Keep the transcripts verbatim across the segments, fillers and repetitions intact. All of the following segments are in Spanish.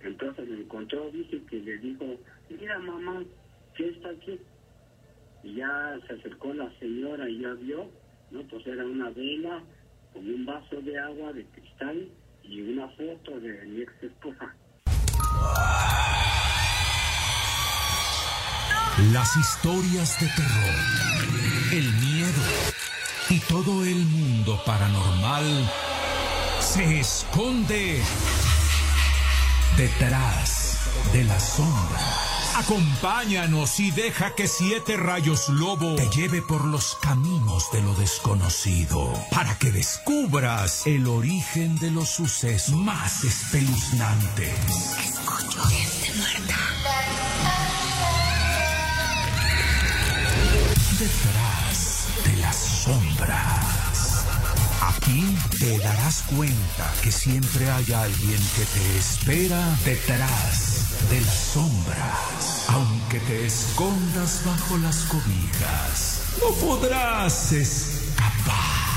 Entonces lo encontró, dice que le dijo, mira mamá, ¿qué está aquí? Y ya se acercó la señora y ya vio, ¿no? Pues era una vela con un vaso de agua de cristal y una foto de mi ex esposa. Las historias de terror, el miedo y todo el mundo paranormal se esconde detrás de la sombra. Acompáñanos y deja que Siete Rayos Lobo te lleve por los caminos de lo desconocido para que descubras el origen de los sucesos más espeluznantes. Escucho gente muerta. Detrás de las sombras. Aquí te darás cuenta que siempre hay alguien que te espera detrás de las sombras. Aunque te escondas bajo las cobijas, no podrás escapar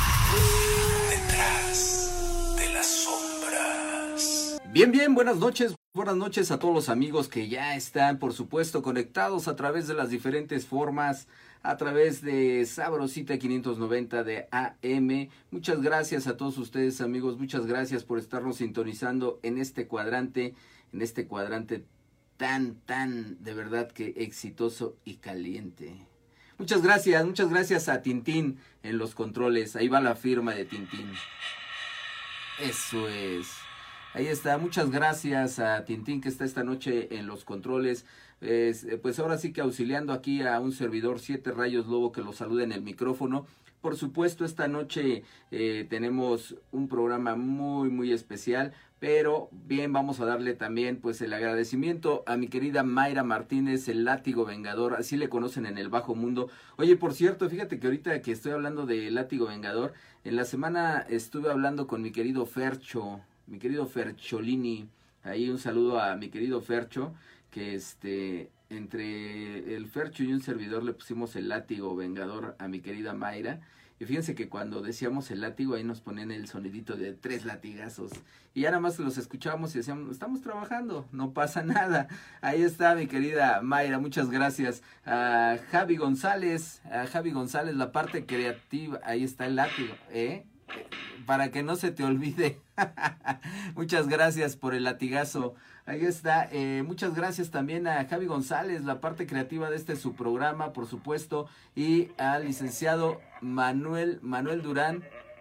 detrás de las sombras. Bien, bien, buenas noches. Buenas noches a todos los amigos que ya están, por supuesto, conectados a través de las diferentes formas, a través de Sabrosita quinientos noventa de A M. Muchas gracias a todos ustedes, amigos. Muchas gracias por estarnos sintonizando en este cuadrante, en este cuadrante tan, tan, de verdad que exitoso y caliente. Muchas gracias, muchas gracias a Tintín en los controles. Ahí va la firma de Tintín. Eso es. Ahí está, muchas gracias a Tintín que está esta noche en los controles, es, pues ahora sí que auxiliando aquí a un servidor Siete Rayos Lobo que lo saluda en el micrófono. Por supuesto esta noche eh, tenemos un programa muy muy especial, pero bien vamos a darle también pues el agradecimiento a mi querida Mayra Martínez, el látigo vengador, así le conocen en el bajo mundo. Oye, por cierto, fíjate que ahorita que estoy hablando de látigo vengador, en la semana estuve hablando con mi querido Fercho, mi querido Fercholini, ahí un saludo a mi querido Fercho, que este, entre el Fercho y un servidor le pusimos el látigo vengador a mi querida Mayra, y fíjense que cuando decíamos el látigo ahí nos ponían el sonidito de tres latigazos, y ya nada más los escuchábamos y decíamos, estamos trabajando, no pasa nada. Ahí está mi querida Mayra, muchas gracias. A Javi González, a Javi González, la parte creativa, ahí está el látigo, ¿eh? Para que no se te olvide. Muchas gracias por el latigazo. Ahí está. Eh, muchas gracias también a Javi González, la parte creativa de este su programa, por supuesto, y al licenciado Manuel Manuel Durán.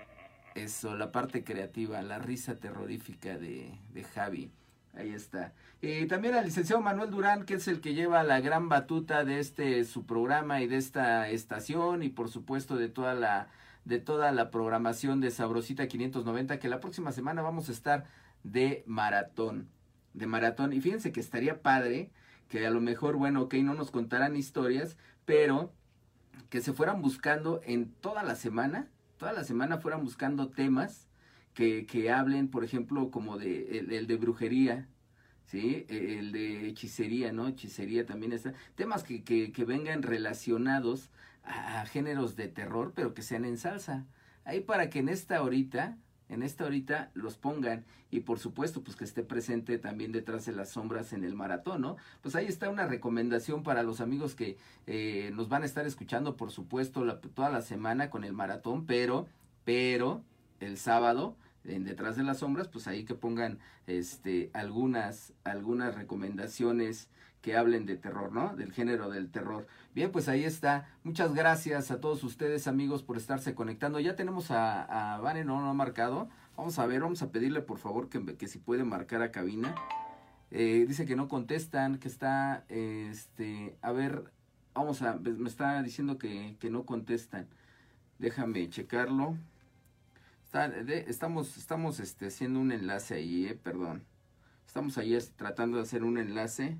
Eso, la parte creativa, la risa terrorífica de, de Javi. Ahí está. Y también al licenciado Manuel Durán, que es el que lleva la gran batuta de este su programa y de esta estación, y por supuesto de toda la de toda la programación de Sabrosita quinientos noventa, que la próxima semana vamos a estar de maratón, de maratón, y fíjense que estaría padre, que a lo mejor, bueno, ok, no nos contarán historias, pero que se fueran buscando en toda la semana, toda la semana fueran buscando temas que, que hablen, por ejemplo, como de, el, el de brujería, ¿sí? El de hechicería, ¿no? Hechicería también está, temas que, que, que vengan relacionados a géneros de terror, pero que sean en salsa. Ahí para que en esta horita, en esta horita los pongan, y por supuesto pues que esté presente también Detrás de las Sombras en el maratón, ¿no? Pues ahí está una recomendación para los amigos que eh, nos van a estar escuchando, por supuesto, la, toda la semana con el maratón, pero, pero el sábado en Detrás de las Sombras, pues ahí que pongan este algunas, algunas recomendaciones que hablen de terror, ¿no? Del género del terror. Bien, pues ahí está. Muchas gracias a todos ustedes, amigos, por estarse conectando. Ya tenemos a, a Vane, no, no ha marcado. Vamos a ver, vamos a pedirle, por favor, que, que si puede marcar a cabina. Eh, dice que no contestan, que está, este, a ver, vamos a, me está diciendo que, que no contestan. Déjame checarlo. Está, de, estamos, estamos, este, haciendo un enlace ahí, eh, perdón. Estamos ahí tratando de hacer un enlace.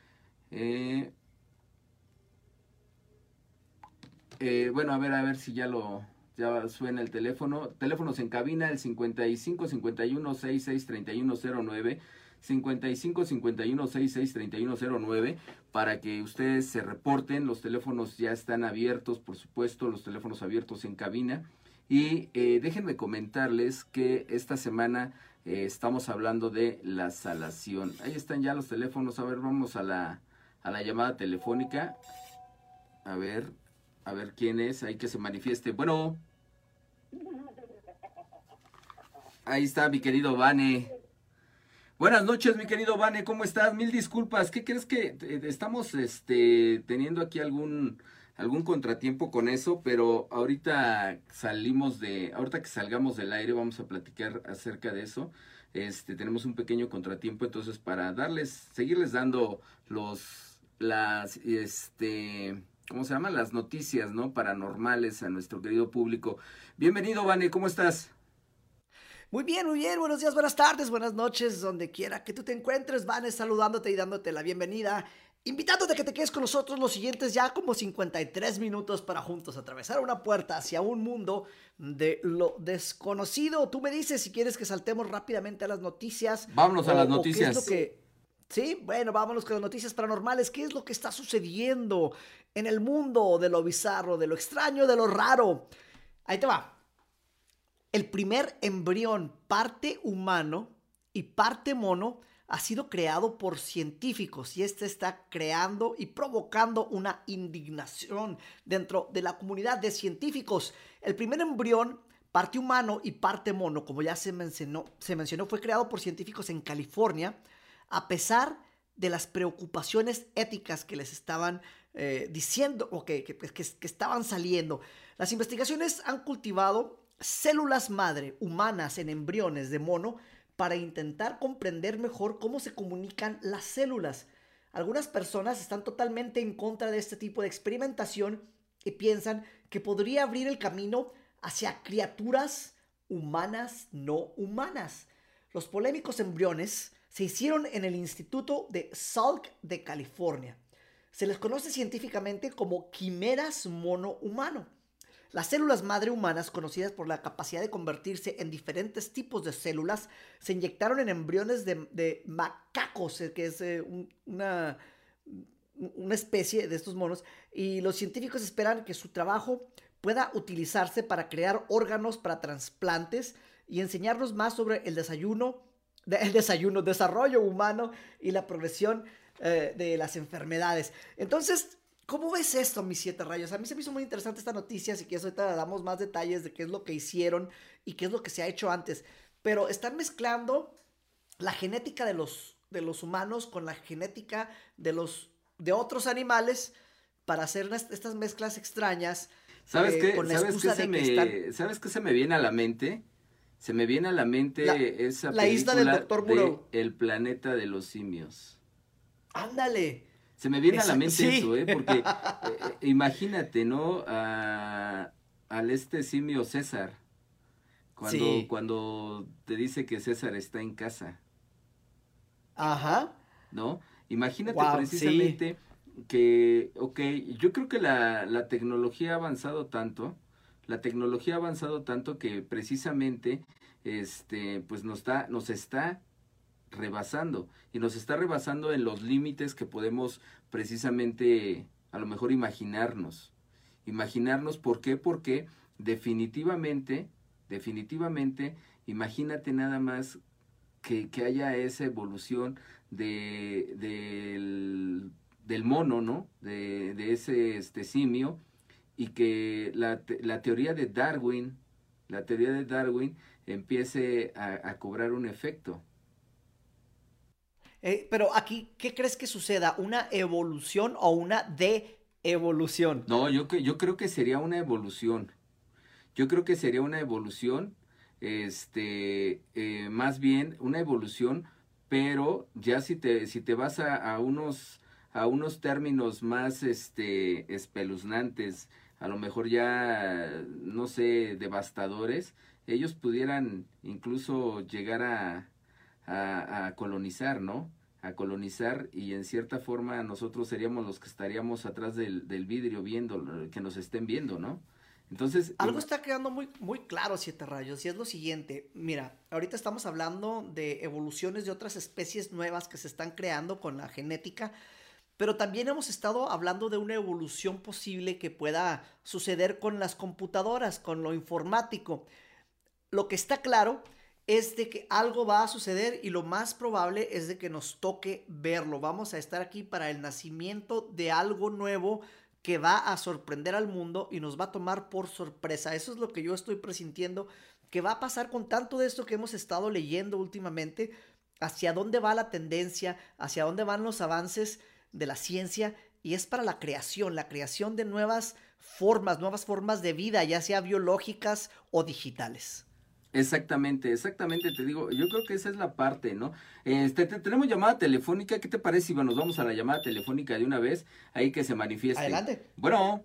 Eh, eh, bueno, a ver, a ver si ya lo, ya suena el teléfono. Teléfonos en cabina, el cincuenta y cinco, cincuenta y uno, sesenta y seis, treinta y uno cero nueve, cincuenta y cinco, cincuenta y uno, sesenta y seis, treinta y uno cero nueve, para que ustedes se reporten. Los teléfonos ya están abiertos, por supuesto, los teléfonos abiertos en cabina. Y eh, déjenme comentarles que esta semana Eh, estamos hablando de la salación. Ahí están ya los teléfonos. A ver, vamos a la, a la llamada telefónica. A ver, a ver quién es. Ahí que se manifieste. Bueno. Ahí está mi querido Vane. Buenas noches, mi querido Vane, ¿cómo estás? Mil disculpas. ¿Qué crees que eh, estamos este, teniendo aquí algún, algún contratiempo con eso? Pero ahorita salimos de, ahorita que salgamos del aire vamos a platicar acerca de eso. Este, tenemos un pequeño contratiempo, entonces para darles, seguirles dando los, las, este, ¿cómo se llama? Las noticias, ¿no? Paranormales a nuestro querido público. Bienvenido, Vane, ¿cómo estás? Muy bien, muy bien, buenos días, buenas tardes, buenas noches, donde quiera que tú te encuentres, Vanes, saludándote y dándote la bienvenida, invitándote a que te quedes con nosotros los siguientes ya como cincuenta y tres minutos para juntos atravesar una puerta hacia un mundo de lo desconocido. Tú me dices si quieres que saltemos rápidamente a las noticias. Vámonos a o, las o noticias. ¿qué es lo que... Sí, bueno, vámonos con las noticias paranormales. ¿Qué es lo que está sucediendo en el mundo de lo bizarro, de lo extraño, de lo raro? Ahí te va. El primer embrión parte humano y parte mono ha sido creado por científicos y este está creando y provocando una indignación dentro de la comunidad de científicos. El primer embrión, parte humano y parte mono, como ya se mencionó, se mencionó, fue creado por científicos en California, a pesar de las preocupaciones éticas que les estaban eh, diciendo o que, que, que, que estaban saliendo. Las investigaciones han cultivado células madre humanas en embriones de mono para intentar comprender mejor cómo se comunican las células. Algunas personas están totalmente en contra de este tipo de experimentación y piensan que podría abrir el camino hacia criaturas humanas no humanas. Los polémicos embriones se hicieron en el Instituto de Salk de California. Se les conoce científicamente como quimeras mono-humano. Las células madre humanas, conocidas por la capacidad de convertirse en diferentes tipos de células, se inyectaron en embriones de, de macacos, que es eh, un, una, una especie de estos monos, y los científicos esperan que su trabajo pueda utilizarse para crear órganos para trasplantes y enseñarnos más sobre el desayuno, el desayuno, desarrollo humano y la progresión eh, de las enfermedades. Entonces, ¿cómo ves esto, mis siete rayos? A mí se me hizo muy interesante esta noticia, así que ahorita damos más detalles de qué es lo que hicieron y qué es lo que se ha hecho antes. Pero están mezclando la genética de los, de los humanos con la genética de, los, de otros animales para hacer estas mezclas extrañas. ¿Sabes eh, qué? Con la ¿Sabes qué se de me, que están... ¿Sabes qué se me viene a la mente? Se me viene a la mente la, esa la película isla del doctor Moreau. de El planeta de los simios. ¡Ándale! Se me viene Esa, a la mente sí. eso, ¿eh? Porque eh, imagínate, ¿no? A, al este simio César, cuando, Sí. cuando te dice que César está en casa, Ajá. ¿no? Imagínate Wow, precisamente que, ok, yo creo que la, la tecnología ha avanzado tanto, la tecnología ha avanzado tanto que precisamente, este, pues nos está, nos está rebasando y nos está rebasando en los límites que podemos precisamente a lo mejor imaginarnos. Imaginarnos, ¿por qué? Porque definitivamente, definitivamente, imagínate nada más que, que haya esa evolución de, del, del mono, ¿no? De, de ese este simio, y que la, la teoría de Darwin, la teoría de Darwin empiece a, a cobrar un efecto. Eh, pero aquí, ¿qué crees que suceda? ¿Una evolución o una de-evolución? No, yo, que- yo creo que sería una evolución. Yo creo que sería una evolución, este, eh, más bien una evolución, pero ya si te, si te vas a, a unos, a unos términos más, este, espeluznantes, a lo mejor ya, no sé, devastadores, ellos pudieran incluso llegar a, a, a colonizar, ¿no? A colonizar, y en cierta forma nosotros seríamos los que estaríamos atrás del, del vidrio viendo, que nos estén viendo, ¿no? Entonces, Algo está quedando muy, muy claro, Siete Rayos, y es lo siguiente. Mira, ahorita estamos hablando de evoluciones de otras especies nuevas que se están creando con la genética, pero también hemos estado hablando de una evolución posible que pueda suceder con las computadoras, con lo informático. Lo que está claro es de que algo va a suceder y lo más probable es de que nos toque verlo. Vamos a estar aquí para el nacimiento de algo nuevo que va a sorprender al mundo y nos va a tomar por sorpresa. Eso es lo que yo estoy presintiendo que va a pasar con tanto de esto que hemos estado leyendo últimamente, hacia dónde va la tendencia, hacia dónde van los avances de la ciencia, y es para la creación, la creación de nuevas formas, nuevas formas de vida, ya sea biológicas o digitales. Exactamente, exactamente, te digo, yo creo que esa es la parte, ¿no? Este, te- tenemos llamada telefónica, ¿qué te parece, Iván? Nos vamos a la llamada telefónica de una vez, ahí que se manifieste. Adelante. Bueno.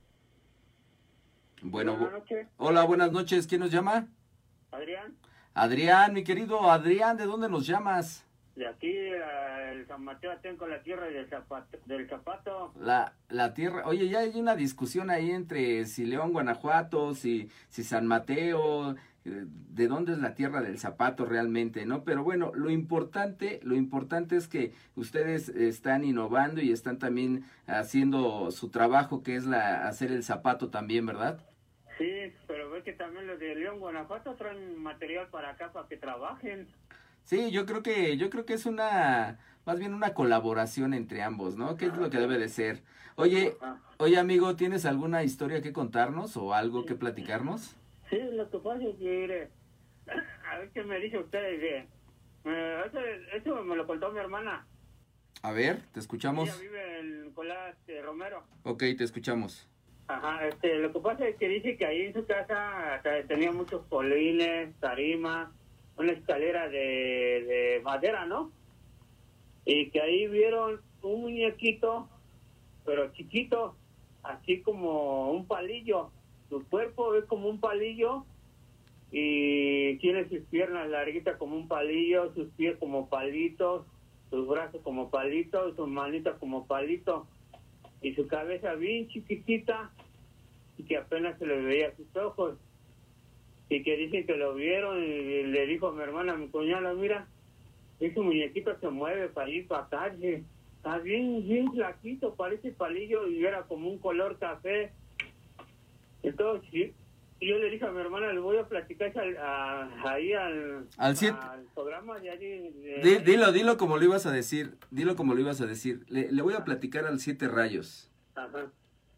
Bueno, Buenas noches. hola, buenas noches, ¿quién nos llama? Adrián, Adrián, mi querido Adrián, ¿de dónde nos llamas? de aquí, eh, el San Mateo Atenco, la tierra del zapato. Del zapato. La, la tierra, oye, ya hay una discusión ahí entre si León, Guanajuato, si, si San Mateo, eh, de dónde es la tierra del zapato realmente, ¿no? Pero bueno, lo importante, lo importante es que ustedes están innovando y están también haciendo su trabajo, que es la hacer el zapato también, ¿verdad? Sí, pero ves que también los de León, Guanajuato traen material para acá para que trabajen. Sí, yo creo que, yo creo que es una, más bien una colaboración entre ambos, ¿no? Que es lo que debe de ser. Oye, oye amigo, ¿tienes alguna historia que contarnos o algo que platicarnos? Sí, lo que pasa es que, mire, a ver qué me dice usted. Dice, eh, eso, eso me lo contó mi hermana. A ver, te escuchamos. Ella vive en Nicolás eh, Romero. Ok, te escuchamos. Ajá, este, lo que pasa es que dice que ahí en su casa o sea, tenía muchos polines, tarimas, una escalera de, de madera, ¿no? Y que ahí vieron un muñequito, pero chiquito, así como un palillo. Su cuerpo es como un palillo y tiene sus piernas larguitas como un palillo, sus pies como palitos, sus brazos como palitos, sus manitas como palitos y su cabeza bien chiquitita y que apenas se le veía sus ojos. Y que dicen que lo vieron y le dijo a mi hermana, a mi cuñada, mira, ese muñequito se mueve para ir para acá, dice, está bien, bien flaquito, parece palillo y era como un color café. Entonces, sí, yo le dije a mi hermana, le voy a platicar al, a, ahí al, Al siete. al programa de allí. de- Di- Dilo, dilo como lo ibas a decir, dilo como lo ibas a decir. Le, le voy a platicar al siete rayos. Ajá.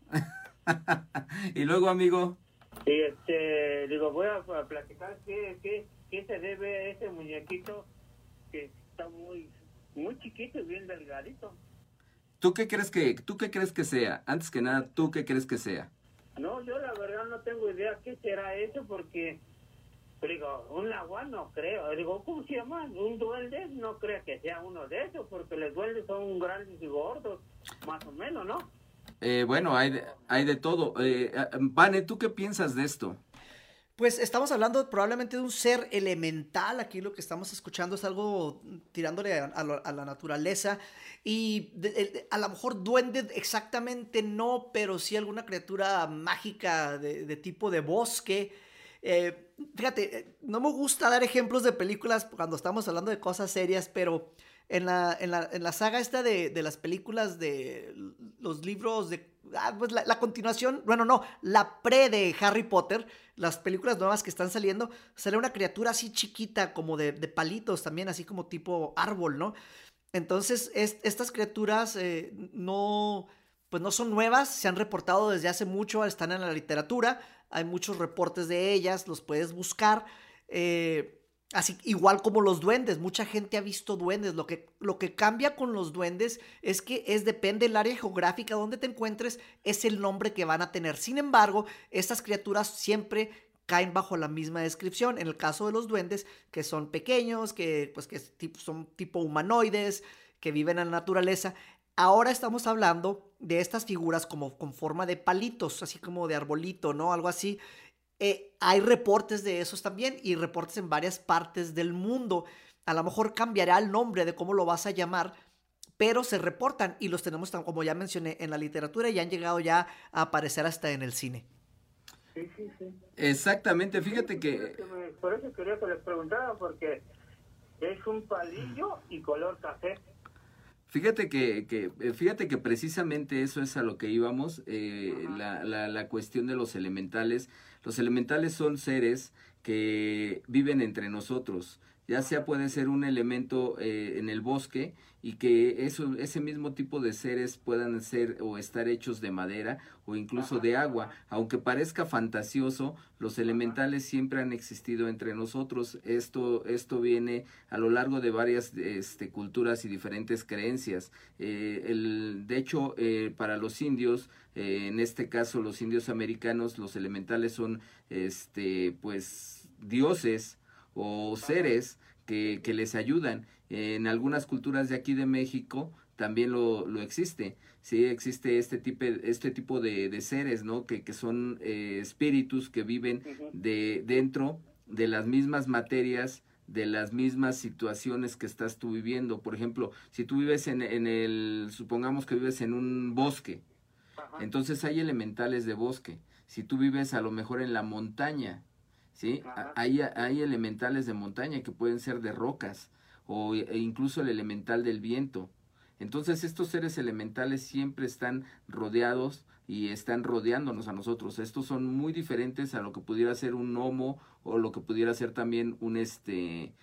Y luego, amigo, Y este, digo, voy a, a platicar qué, qué, qué se debe a ese muñequito que está muy, muy chiquito y bien delgadito. ¿tú qué crees que, tú qué crees que sea? Antes que nada, ¿tú qué crees que sea? No, yo la verdad no tengo idea qué será eso porque, digo, un nahual no creo. Digo, ¿cómo se llama? Un duende no creo que sea uno de esos porque los duendes son grandes y gordos, más o menos, ¿no? Eh, bueno, hay de, hay de todo. Eh, eh, Vane, ¿tú qué piensas de esto? Pues estamos hablando probablemente de un ser elemental. Aquí lo que estamos escuchando es algo tirándole a, a lo- a la naturaleza. Y de- de- a lo mejor duende exactamente no, pero sí alguna criatura mágica de, de tipo de bosque. Eh, fíjate, eh, no me gusta dar ejemplos de películas cuando estamos hablando de cosas serias, pero en la, en la, en la saga esta de, de las películas de los libros de... ah, pues la, la continuación, bueno, no, la pre de Harry Potter, las películas nuevas que están saliendo, sale una criatura así chiquita, como de, de palitos también, así como tipo árbol, ¿no? Entonces, es- estas criaturas eh, no, pues no son nuevas, se han reportado desde hace mucho, están en la literatura, hay muchos reportes de ellas, los puedes buscar. eh, Así, igual como los duendes, mucha gente ha visto duendes. Lo que, lo que cambia con los duendes es que es depende del área geográfica donde te encuentres, es el nombre que van a tener. Sin embargo, estas criaturas siempre caen bajo la misma descripción. En el caso de los duendes, que son pequeños, que, pues, que es tipo- son tipo humanoides, que viven en la naturaleza. Ahora estamos hablando de estas figuras como con forma de palitos, así como de arbolito, ¿no? Algo así. Eh, hay reportes de esos también y reportes en varias partes del mundo. A lo mejor cambiará el nombre de cómo lo vas a llamar, pero se reportan y los tenemos, tan- como ya mencioné, en la literatura y han llegado ya a aparecer hasta en el cine. Sí, sí, sí. Exactamente, fíjate Por que... eso me- Por eso quería que les preguntara porque es un palillo y color café. Fíjate que, que, fíjate que precisamente eso es a lo que íbamos, eh, la, la, la cuestión de los elementales. Los elementales son seres que viven entre nosotros, ya sea puede ser un elemento eh, en el bosque y que eso, ese mismo tipo de seres puedan ser o estar hechos de madera o incluso de agua. Aunque parezca fantasioso, los elementales siempre han existido entre nosotros. Esto, esto viene a lo largo de varias este, culturas y diferentes creencias. Eh, el, de hecho, eh, para los indios, eh, en este caso los indios americanos, los elementales son este, pues dioses o seres que, que les ayudan. En algunas culturas de aquí de México también lo, lo existe, sí, existe este tipo, este tipo de, de seres, ¿no? Que, que son eh, espíritus que viven de dentro de las mismas materias, de las mismas situaciones que estás tú viviendo. Por ejemplo, si tú vives en, en el, supongamos que vives en un bosque, entonces hay elementales de bosque. Si tú vives a lo mejor en la montaña, ¿sí? Hay, hay elementales de montaña que pueden ser de rocas o e incluso el elemental del viento. Entonces estos seres elementales siempre están rodeados y están rodeándonos a nosotros. Estos son muy diferentes a lo que pudiera ser un gnomo o lo que pudiera ser también un este,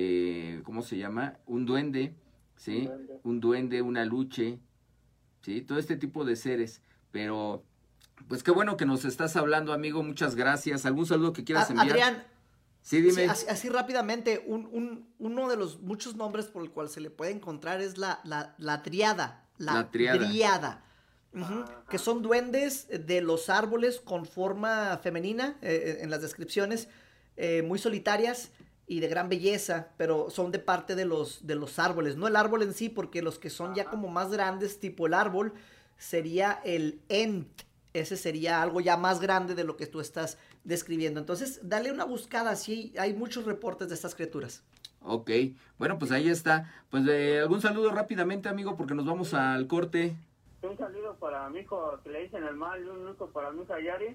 eh, ¿cómo se llama? Un duende, ¿sí? Un duende, un duende una luche, ¿sí? Todo este tipo de seres, pero pues qué bueno que nos estás hablando, amigo, muchas gracias. ¿Algún saludo que quieras enviar? Adrián, sí, dime. Sí, así, así rápidamente, un, un, uno de los muchos nombres por el cual se le puede encontrar es la, la, la triada. La, la triada. triada uh-huh, que son duendes de los árboles con forma femenina, eh, en las descripciones, eh, muy solitarias y de gran belleza, pero son de parte de los, de los árboles, no el árbol en sí, porque los que son ya como más grandes, tipo el árbol, sería el ent. Ese sería algo ya más grande de lo que tú estás describiendo. Entonces, dale una buscada, sí, hay muchos reportes de estas criaturas. Ok, bueno, pues ahí está. Pues eh, algún saludo rápidamente, amigo, porque nos vamos al corte. Un saludo para mi hijo que le dicen el mal, y un saludo para mi hija Yari,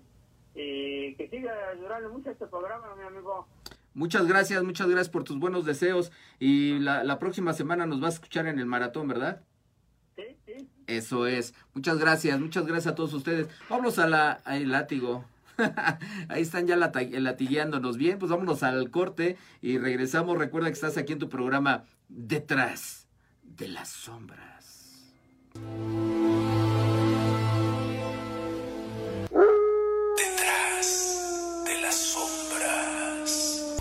y que siga durando mucho este programa, mi amigo. Muchas gracias, muchas gracias por tus buenos deseos, y la, la próxima semana nos vas a escuchar en el maratón, ¿verdad? Sí, sí. Eso es. Muchas gracias, muchas gracias a todos ustedes. Vámonos a la, al látigo. Ahí están ya lata, latigueándonos. Bien, pues vámonos al corte y regresamos. Recuerda que estás aquí en tu programa Detrás de las Sombras. Detrás de las Sombras.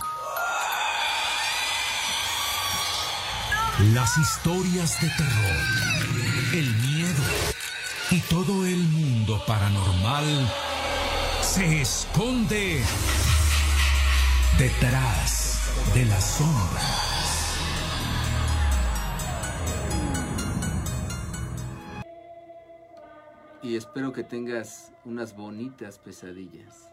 Las historias de terror, el miedo y todo el mundo paranormal se esconde detrás de las sombras. Y espero que tengas unas bonitas pesadillas.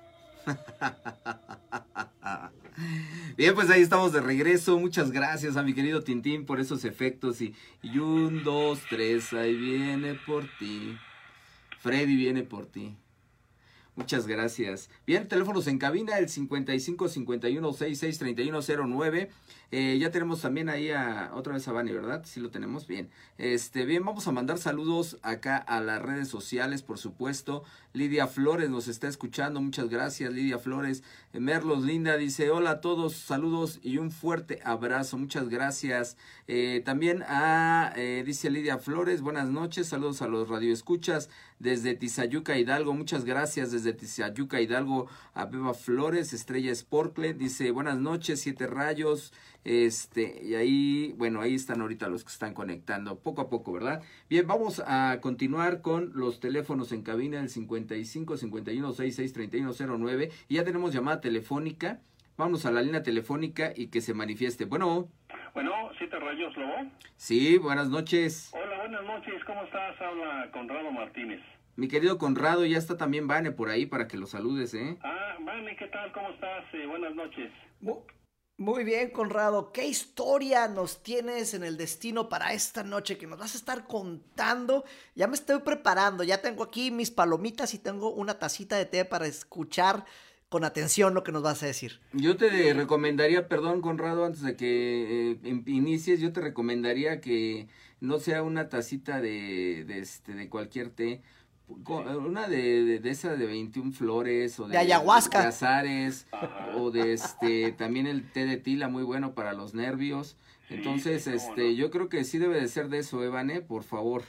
Bien, pues ahí estamos de regreso. Muchas gracias a mi querido Tintín por esos efectos. Y, y un, dos, tres, ahí viene por ti. Freddy viene por ti. Muchas gracias. Bien, teléfonos en cabina, el cincuenta y cinco, cincuenta y uno, sesenta y seis, treinta y uno cero nueve. Eh, ya tenemos también ahí a, otra vez a Vani, ¿verdad? Sí lo tenemos, bien. Este, bien, vamos a mandar saludos acá a las redes sociales, por supuesto. Lidia Flores nos está escuchando, muchas gracias, Lidia Flores. Eh, Merlos Linda dice, hola a todos, saludos y un fuerte abrazo, muchas gracias. Eh, también a, eh, dice Lidia Flores, buenas noches, saludos a los radioescuchas desde Tizayuca, Hidalgo, muchas gracias, desde Tizayuca, Hidalgo, a Beba Flores, Estrella Sporcle, dice, buenas noches, Siete Rayos. Este, y ahí, bueno, ahí están ahorita los que están conectando, poco a poco, ¿verdad? Bien, vamos a continuar con los teléfonos en cabina, el cincuenta y cinco, cincuenta y uno, sesenta y seis, treinta y uno cero nueve, y ya tenemos llamada telefónica. Vamos a la línea telefónica y que se manifieste. Bueno. Bueno, Siete Rayos, Lobo. Sí, buenas noches. Hola, buenas noches, ¿cómo estás? Habla Conrado Martínez. Mi querido Conrado, ya está también Vane por ahí para que lo saludes, ¿eh? Ah, Vane, ¿qué tal? ¿Cómo estás? Eh, buenas noches. Muy bien, Conrado. ¿Qué historia nos tienes en el destino para esta noche que nos vas a estar contando? Ya me estoy preparando, ya tengo aquí mis palomitas y tengo una tacita de té para escuchar con atención lo que nos vas a decir. Yo te recomendaría, perdón, Conrado, antes de que eh, inicies, yo te recomendaría que no sea una tacita de, de, este, de cualquier té, una de, de, de esa de veintiuna flores, o de, de ayahuasca, de azares, o de este, también el té de tila, muy bueno para los nervios. Entonces, sí, este, no. yo creo que sí debe de ser de eso, Evan, ¿eh? Por favor.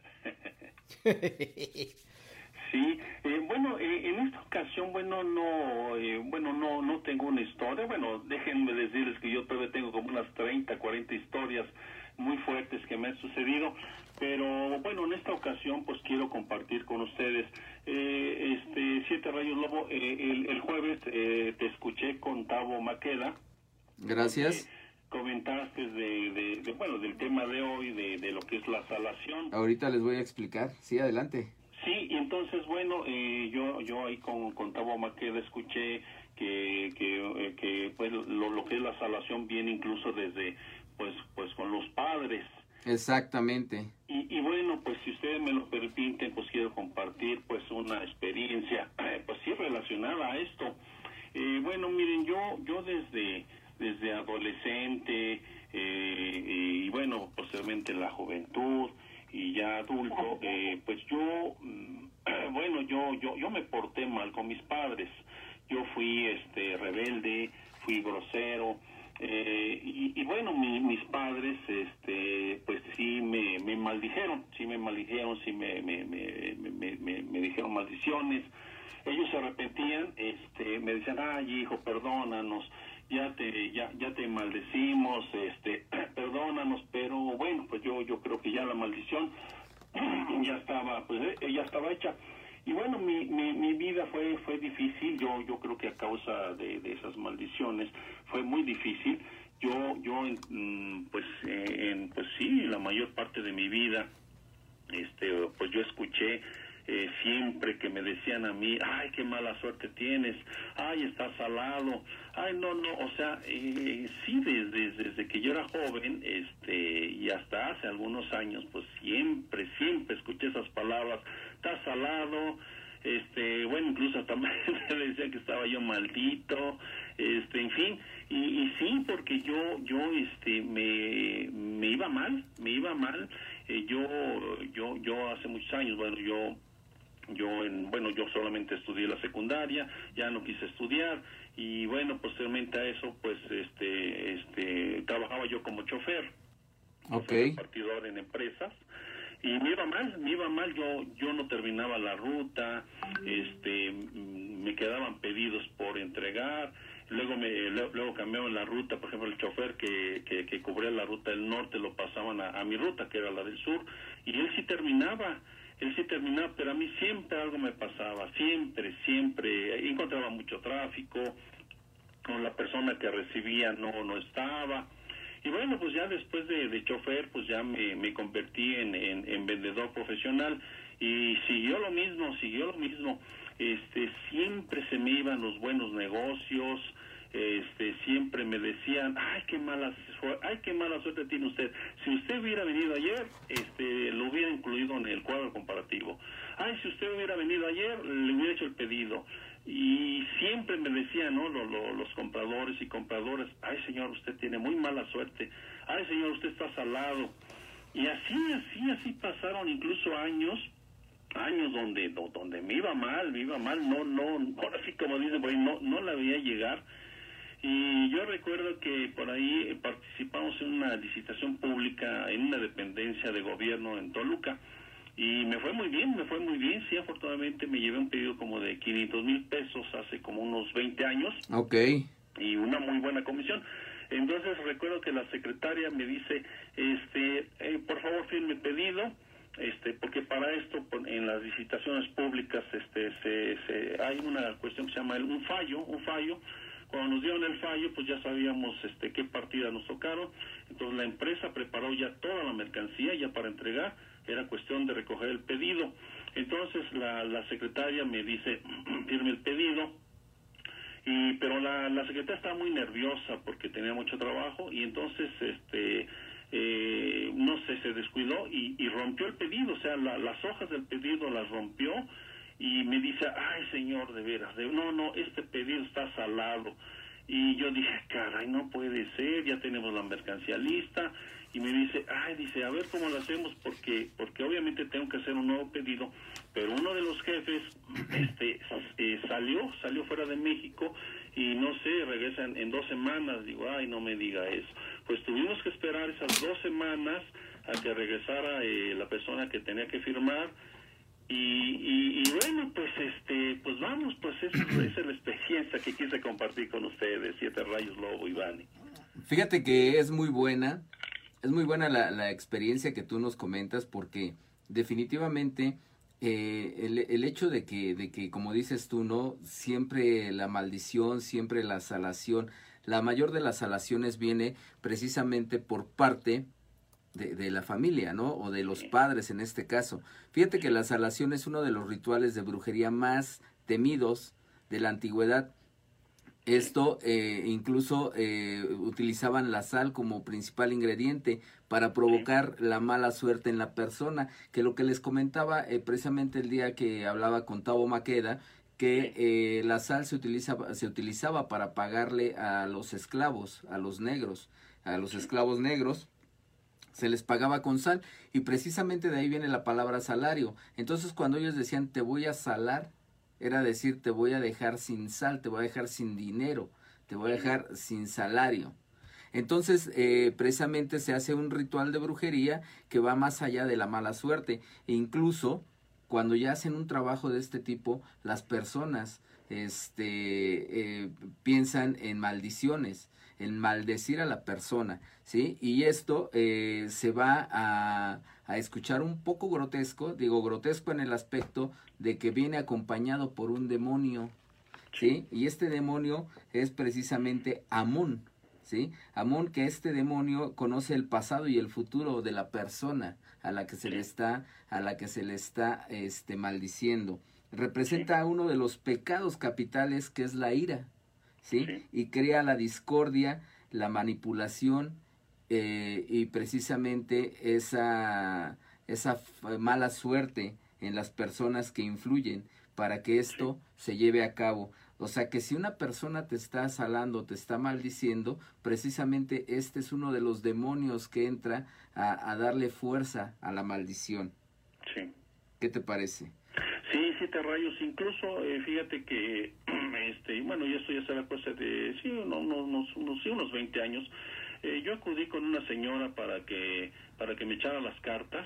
Sí, eh, bueno, eh, en esta ocasión, bueno, no, eh, bueno, no, no tengo una historia. Bueno, déjenme decirles que yo todavía tengo como unas treinta, cuarenta historias muy fuertes que me han sucedido, pero bueno, en esta ocasión, pues quiero compartir con ustedes. Eh, este, Siete Rayos Lobo, eh, el, el jueves eh, te escuché con Tavo Maqueda. Gracias. Eh, comentaste de, de, de, bueno, del tema de hoy, de, de lo que es la salación. Ahorita les voy a explicar. Sí, adelante. Sí, y entonces, bueno, eh, yo yo ahí con, con Tabo Maqueda escuché que que, eh, que pues lo, lo que es la salación viene incluso desde, pues pues con los padres. Exactamente. Y, y bueno, pues si ustedes me lo permiten, pues quiero compartir pues una experiencia, eh, pues sí relacionada a esto. Eh, bueno, miren, yo yo desde desde adolescente eh, y bueno, posteriormente la juventud y ya adulto, eh, pues yo, bueno, yo, yo, yo me porté mal con mis padres. Yo fui, este, rebelde, fui grosero, eh, y, y bueno, mi, mis padres, este, pues sí me, me maldijeron, sí me maldijeron, sí me, me, me, me, me, me dijeron maldiciones. Ellos se arrepentían, este, me decían, ay, hijo, perdónanos, ya te ya ya te maldecimos, este perdónanos, pero bueno, pues yo yo creo que ya la maldición ya estaba pues eh, ya estaba hecha. Y bueno, mi, mi, mi vida fue fue difícil. Yo yo creo que a causa de, de esas maldiciones fue muy difícil. Yo yo en, pues eh, en pues sí, la mayor parte de mi vida este pues yo escuché Eh, siempre que me decían a mí, ay, qué mala suerte tienes, ay, estás salado, ay, no, no, o sea, eh, sí, desde, desde que yo era joven, este, y hasta hace algunos años, pues siempre, siempre escuché esas palabras, estás salado, este, bueno, incluso también me decían que estaba yo maldito, este, en fin, y, y sí, porque yo, yo, este, me, me iba mal, me iba mal, eh, yo, yo, yo hace muchos años, bueno, yo Yo, en, bueno, yo solamente estudié la secundaria, ya no quise estudiar, y bueno, posteriormente a eso, pues, este, este, trabajaba yo como chofer, okay, repartidor en empresas, y me iba mal, me iba mal, yo, yo no terminaba la ruta, este, me quedaban pedidos por entregar, luego me, luego cambiaban la ruta, por ejemplo, el chofer que, que, que cubría la ruta del norte lo pasaban a, a mi ruta, que era la del sur, y él sí terminaba, Él sí terminaba, pero a mí siempre algo me pasaba, siempre, siempre, encontraba mucho tráfico, con la persona que recibía no no estaba, y bueno, pues ya después de, de chofer, pues ya me, me convertí en, en, en vendedor profesional, y siguió lo mismo, siguió lo mismo, este, siempre se me iban los buenos negocios, este, siempre me decían, ay, qué mala, ay, qué mala suerte tiene usted. Si usted hubiera venido ayer, este, lo hubiera incluido en el cuadro comparativo. Ay, si usted hubiera venido ayer, le hubiera hecho el pedido. Y siempre me decían, ¿no? Los, los, los compradores y compradoras, ay, señor, usted tiene muy mala suerte. Ay, señor, usted está salado. Y así, así, así pasaron incluso años, años donde, donde me iba mal, me iba mal, no, no, ahora sí como dicen, pues, no, no la veía llegar. Y yo recuerdo que por ahí participamos en una licitación pública en una dependencia de gobierno en Toluca, y me fue muy bien, me fue muy bien, sí, afortunadamente me llevé un pedido como de quinientos mil pesos hace como unos veinte años, ok, y una muy buena comisión. Entonces recuerdo que la secretaria me dice, este, eh, por favor firme el pedido, este, porque para esto en las licitaciones públicas este, se, se, hay una cuestión que se llama un fallo, un fallo. Cuando nos dieron el fallo, pues ya sabíamos este qué partida nos tocaron. Entonces la empresa preparó ya toda la mercancía ya para entregar. Era cuestión de recoger el pedido. Entonces la, la secretaria me dice, firme el pedido. Y pero la, la secretaria estaba muy nerviosa porque tenía mucho trabajo, y entonces este eh, no sé, se descuidó y, y rompió el pedido. O sea, la, las hojas del pedido las rompió, y me dice, ay señor, de veras, de, no, no, este pedido está salado. Y yo dije, caray, no puede ser, ya tenemos la mercancía lista. Y me dice, ay, dice, a ver cómo lo hacemos, porque porque obviamente tengo que hacer un nuevo pedido, pero uno de los jefes este eh, salió, salió fuera de México, y no sé, regresa en, en dos semanas. Digo, ay, no me diga eso. Pues tuvimos que esperar esas dos semanas a que regresara eh, la persona que tenía que firmar. Y, y, y bueno, pues este, pues vamos, pues esa, esa es la experiencia que quise compartir con ustedes, Siete Rayos Lobo y Vane. Fíjate que es muy buena, es muy buena la, la experiencia que tú nos comentas, porque definitivamente eh, el, el hecho de que, de que, como dices tú, ¿no? Siempre la maldición, siempre la salación, la mayor de las salaciones viene precisamente por parte De, de la familia, ¿no? O de los padres en este caso. Fíjate que la salación es uno de los rituales de brujería más temidos de la antigüedad. Esto eh, incluso eh, utilizaban la sal como principal ingrediente para provocar la mala suerte en la persona, que lo que les comentaba eh, precisamente el día que hablaba con Tavo Maqueda, que eh, la sal se utilizaba, se utilizaba para pagarle a los esclavos, a los negros, a los esclavos negros, se les pagaba con sal, y precisamente de ahí viene la palabra salario. Entonces cuando ellos decían te voy a salar, era decir te voy a dejar sin sal, te voy a dejar sin dinero, te voy a dejar sin salario. Entonces eh, precisamente se hace un ritual de brujería que va más allá de la mala suerte, e incluso cuando ya hacen un trabajo de este tipo, las personas este, eh, piensan en maldiciones, en maldecir a la persona, ¿sí? Y esto eh, se va a, a escuchar un poco grotesco, digo grotesco en el aspecto de que viene acompañado por un demonio, ¿sí? Y este demonio es precisamente Amón, ¿sí? Amón, que este demonio conoce el pasado y el futuro de la persona a la que se le está, a la que se le está este, maldiciendo. Representa uno de los pecados capitales, que es la ira, ¿sí? Sí. Y crea la discordia, la manipulación eh, y precisamente esa, esa mala suerte en las personas que influyen para que esto sí. se lleve a cabo. O sea que si una persona te está salando, te está maldiciendo, precisamente este es uno de los demonios que entra a, a darle fuerza a la maldición. Sí. ¿Qué te parece? Sí, Siete Rayos, incluso eh, fíjate que, este, bueno, y esto ya será cosa de, sí, no, no, unos, unos, sí, unos veinte años, eh, yo acudí con una señora para que, para que me echara las cartas,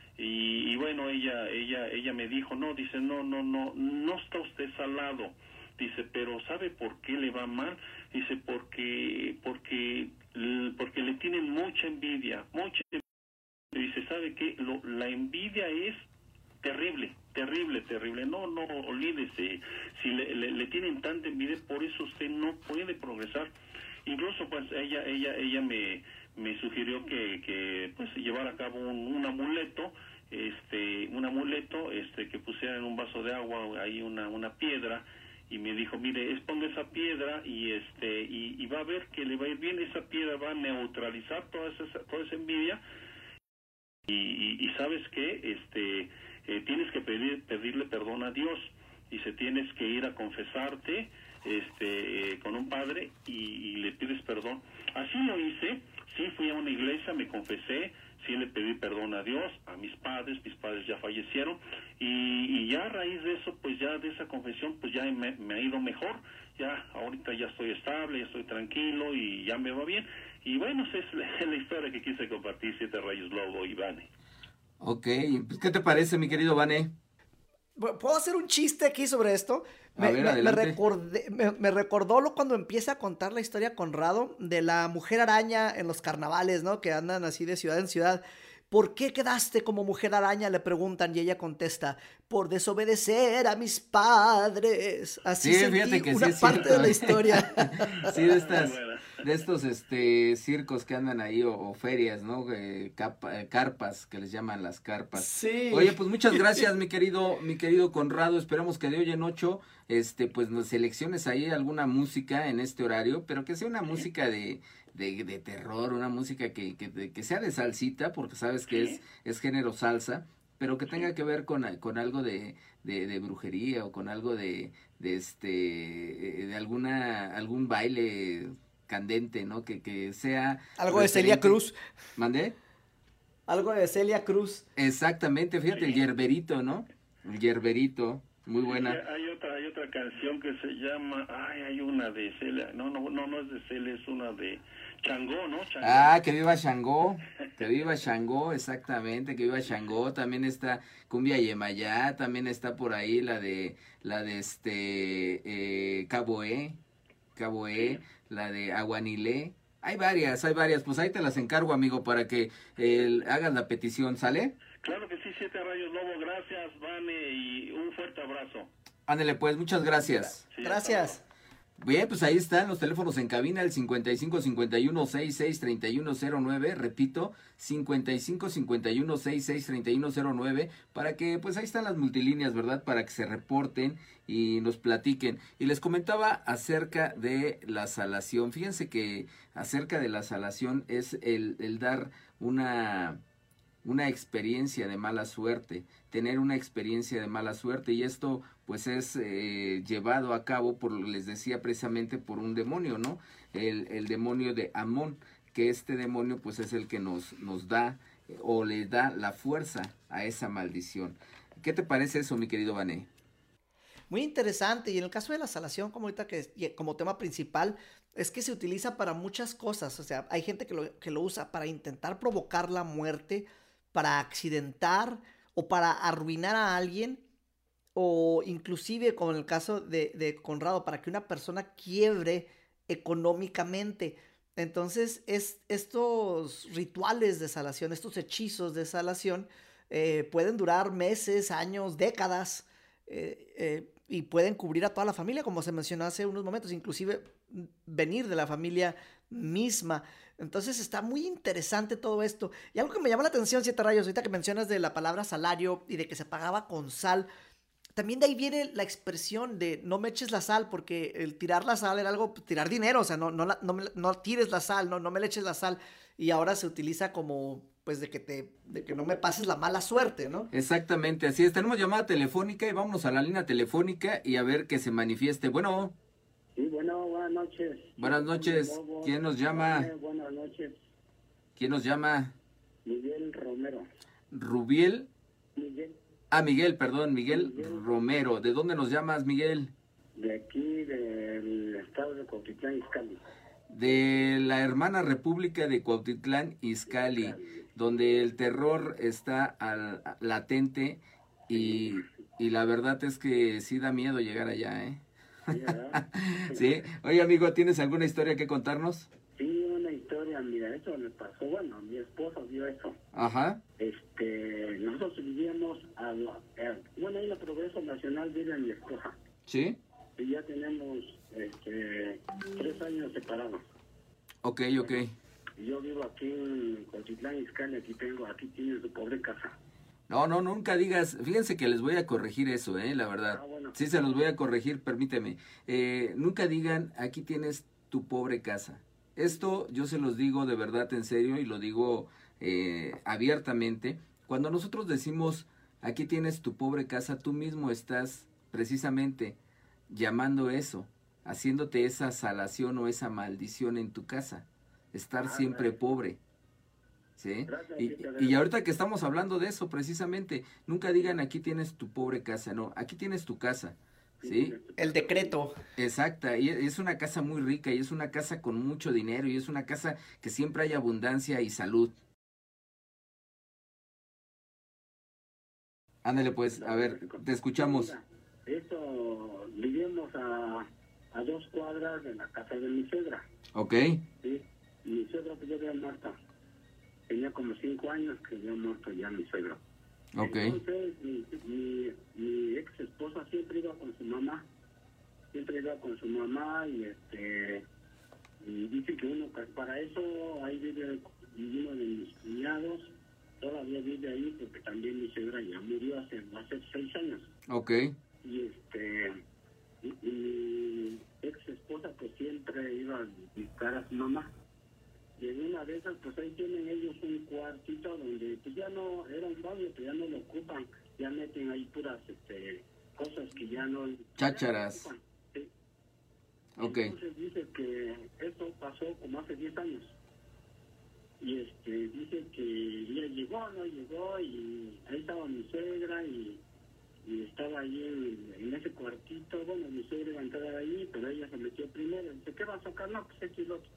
y, y bueno, ella, ella, ella me dijo, no, dice, no, no, no, no está usted salado, dice, pero ¿sabe por qué le va mal? Dice, porque, porque, porque le tienen mucha envidia, mucha envidia. Dice, ¿sabe qué? Lo, la envidia es terrible, terrible, terrible. No, no, olvídese. Si le, le, le tienen tanta envidia, por eso usted no puede progresar. Incluso, pues, ella, ella, ella me, me sugirió que, que, pues, llevara a cabo un, un amuleto, este, un amuleto, este, que pusiera en un vaso de agua ahí una, una piedra, y me dijo, mire, es ponga esa piedra y este, y, y va a ver que le va a ir bien. Esa piedra va a neutralizar toda esa, toda esa envidia. Y, y, y sabes qué, este, eh, tienes que pedir, pedirle perdón a Dios, y se tienes que ir a confesarte, este, eh, con un padre, y, y le pides perdón. Así lo hice, sí, fui a una iglesia, me confesé, sí le pedí perdón a Dios, a mis padres, mis padres ya fallecieron, y, y ya a raíz de eso, pues ya de esa confesión, pues ya me, me ha ido mejor, ya ahorita ya estoy estable, ya estoy tranquilo y ya me va bien. Y bueno, esa es la, la historia que quise compartir, Siete Rayos Lobo y Vane. Ok, pues ¿qué te parece, mi querido Vane? ¿Puedo hacer un chiste aquí sobre esto? Me, a ver, me, adelante. Me, recordé, me, me recordó lo cuando empieza a contar la historia Conrado de la mujer araña en los carnavales, ¿no? Que andan así de ciudad en ciudad. ¿Por qué quedaste como mujer araña? Le preguntan y ella contesta, por desobedecer a mis padres. Así sí, sentí fíjate que una sí es parte cierto. de la historia. Sí, de estas, de estos este circos que andan ahí o, o ferias, ¿no? Eh, capa, eh, carpas, que les llaman las carpas. Sí. Oye, pues muchas gracias, mi querido, mi querido Conrado. Esperamos que de hoy en ocho, este, pues nos selecciones ahí alguna música en este horario, pero que sea una música de De, de terror, una música que, que, que sea de salsita, porque sabes que es, es género salsa, pero que tenga que ver con, con algo de, de, de brujería o con algo de, de este de alguna algún baile candente, ¿no? Que, que sea algo de Celia Cruz. ¿Mandé? Algo de Celia Cruz. Exactamente, fíjate, sí. El yerberito, ¿no? El yerberito, muy buena. Sí, hay otra hay otra canción que se llama, ay, hay una de Celia, no, no, no, no es de Celia, es una de Changó, ¿no? Changó. Ah, que viva Changó, que viva Changó, exactamente, que viva Changó. También está Cumbia Yemayá, también está por ahí la de, la de este, eh, Caboé, Caboé, sí. La de Aguanilé. Hay varias, hay varias, pues ahí te las encargo, amigo, para que eh, hagas la petición, ¿sale? Claro que sí, Siete Rayos Lobo, gracias, Vane, y un fuerte abrazo. Ándale, pues, muchas gracias. Sí, gracias. Bien, pues ahí están los teléfonos en cabina, el cincuenta y cinco cincuenta y uno sesenta y seis treinta y uno cero nueve, repito, cincuenta y cinco cincuenta y uno sesenta y seis treinta y uno cero nueve, para que, pues ahí están las multilíneas, ¿verdad? Para que se reporten y nos platiquen. Y les comentaba acerca de la salación. Fíjense que acerca de la salación es el, el dar una... una experiencia de mala suerte, tener una experiencia de mala suerte, y esto pues es eh, llevado a cabo, por les decía, precisamente por un demonio, ¿no? El, el demonio de Amón, que este demonio pues es el que nos, nos da eh, o le da la fuerza a esa maldición. ¿Qué te parece eso, mi querido Vané? Muy interesante, y en el caso de la salación, como ahorita que como tema principal, es que se utiliza para muchas cosas. O sea, hay gente que lo, que lo usa para intentar provocar la muerte, para accidentar o para arruinar a alguien, o inclusive, como en el caso de, de Conrado, para que una persona quiebre económicamente. Entonces, es, estos rituales de salación, estos hechizos de salación, eh, pueden durar meses, años, décadas, eh, eh, y pueden cubrir a toda la familia, como se mencionó hace unos momentos, inclusive venir de la familia misma. Entonces está muy interesante todo esto. Y algo que me llama la atención, Siete Rayos, ahorita que mencionas de la palabra salario y de que se pagaba con sal, también de ahí viene la expresión de no me eches la sal, porque el tirar la sal era algo, tirar dinero, o sea, no, no, no, no tires la sal, no, no me le eches la sal, y ahora se utiliza como, pues, de que te, de que no me pases la mala suerte, ¿no? Exactamente, así es. Tenemos llamada telefónica y vámonos a la línea telefónica y a ver que se manifieste. Bueno. Sí, bueno, buenas noches. Buenas noches. ¿Quién nos llama? Buenas noches. ¿Quién nos llama? Miguel Romero. ¿Rubiel? Miguel. Ah, Miguel, perdón, Miguel, Miguel Romero. ¿De dónde nos llamas, Miguel? De aquí, del estado de Cuautitlán, Izcalli. De la hermana república de Cuautitlán, Izcalli, Izcalli. Donde el terror está al, latente y, y la verdad es que sí da miedo llegar allá, ¿eh? Sí, oye amigo, ¿tienes alguna historia que contarnos? Sí, una historia, mira, eso le pasó, bueno, mi esposa vio eso. Ajá. Este, nosotros vivíamos, a, a, bueno, ahí en la Progreso Nacional vive mi esposa. Sí. Y ya tenemos, este, tres años separados. Ok, ok. Yo vivo aquí en Cuautitlán, Izcalli, aquí tengo, aquí tiene su pobre casa. No, no, nunca digas, fíjense que les voy a corregir eso, eh, la verdad. Ah, bueno. Sí, se los voy a corregir, permíteme. Eh, nunca digan, aquí tienes tu pobre casa. Esto yo se los digo de verdad, en serio, y lo digo eh, abiertamente. Cuando nosotros decimos, aquí tienes tu pobre casa, tú mismo estás precisamente llamando eso, haciéndote esa salación o esa maldición en tu casa. Estar ah, siempre right. pobre. ¿Sí? Y, y ahorita que estamos hablando de eso precisamente, nunca digan aquí tienes tu pobre casa, no, aquí tienes tu casa, ¿sí? El decreto. Exacta, y es una casa muy rica, y es una casa con mucho dinero, y es una casa que siempre hay abundancia y salud. Ándale pues, a ver, te escuchamos. Mira, esto, vivimos a, a dos cuadras de la casa de mi suegra. Ok. Sí, mi suegra pues ya había muerto. Tenía como cinco años que había muerto ya mi suegro. Ok. Entonces, mi, mi, mi ex esposa siempre iba con su mamá. Siempre iba con su mamá y este y dice que uno, para eso, ahí vive uno de mis cuñados, todavía vive ahí porque también mi suegra ya murió hace, hace seis años. Ok. Y este, y, y mi ex esposa pues siempre iba a visitar a su mamá. Y en una de esas, pues ahí tienen ellos un cuartito donde pues ya no, era un baño, pero ya no lo ocupan, ya meten ahí puras este, cosas que ya no... Chácharas. Ya no ocupan, sí. Ok. Entonces dice que esto pasó como hace diez años. Y este dice que ella llegó, no llegó, y ahí estaba mi suegra, y, y estaba ahí en, en ese cuartito. Bueno, mi suegra iba a entrar ahí, pero ella se metió primero. Dice, ¿qué va a sacar? No, pues esto y lo otro.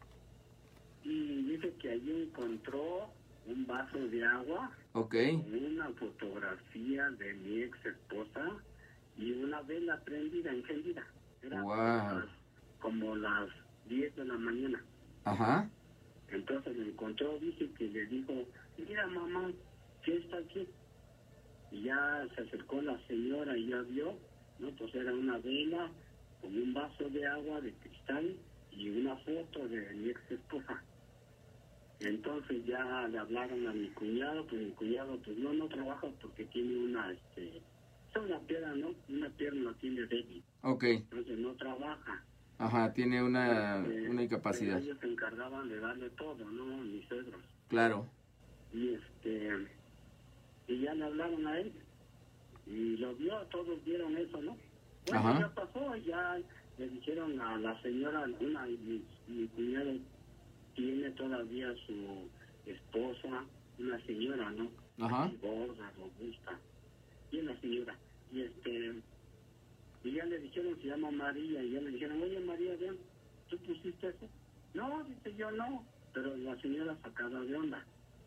Y dice que allí encontró un vaso de agua, Ok. con una fotografía de mi ex esposa y una vela prendida, encendida. Era Wow. las- como las diez de la mañana. Ajá. Entonces lo encontró, dice que le dijo, mira mamá, ¿qué está aquí? Y ya se acercó la señora y ya vio, ¿no? Pues era una vela con un vaso de agua de cristal y una foto de mi ex esposa. Entonces ya le hablaron a mi cuñado, pues mi cuñado pues no, no trabaja porque tiene una, este, es una pierna, ¿no? Una pierna la tiene débil, Ok. entonces no trabaja. Ajá, tiene una, Eh, una incapacidad. Ellos se encargaban de darle todo, ¿no? Mis suegros. Claro. Y este, y ya le hablaron a él. Y lo vio, todos vieron eso, ¿no? Bueno, Ajá. ya pasó, ya le dijeron a la señora, una, mi, mi cuñado tiene todavía su esposa, una señora, ¿no? Ajá. Así gorda, robusta. Y una señora. Y este, y ya le dijeron, se llama María, y ya le dijeron, oye María, ven, ¿tú pusiste eso? No, dice yo no, pero la señora sacada de onda.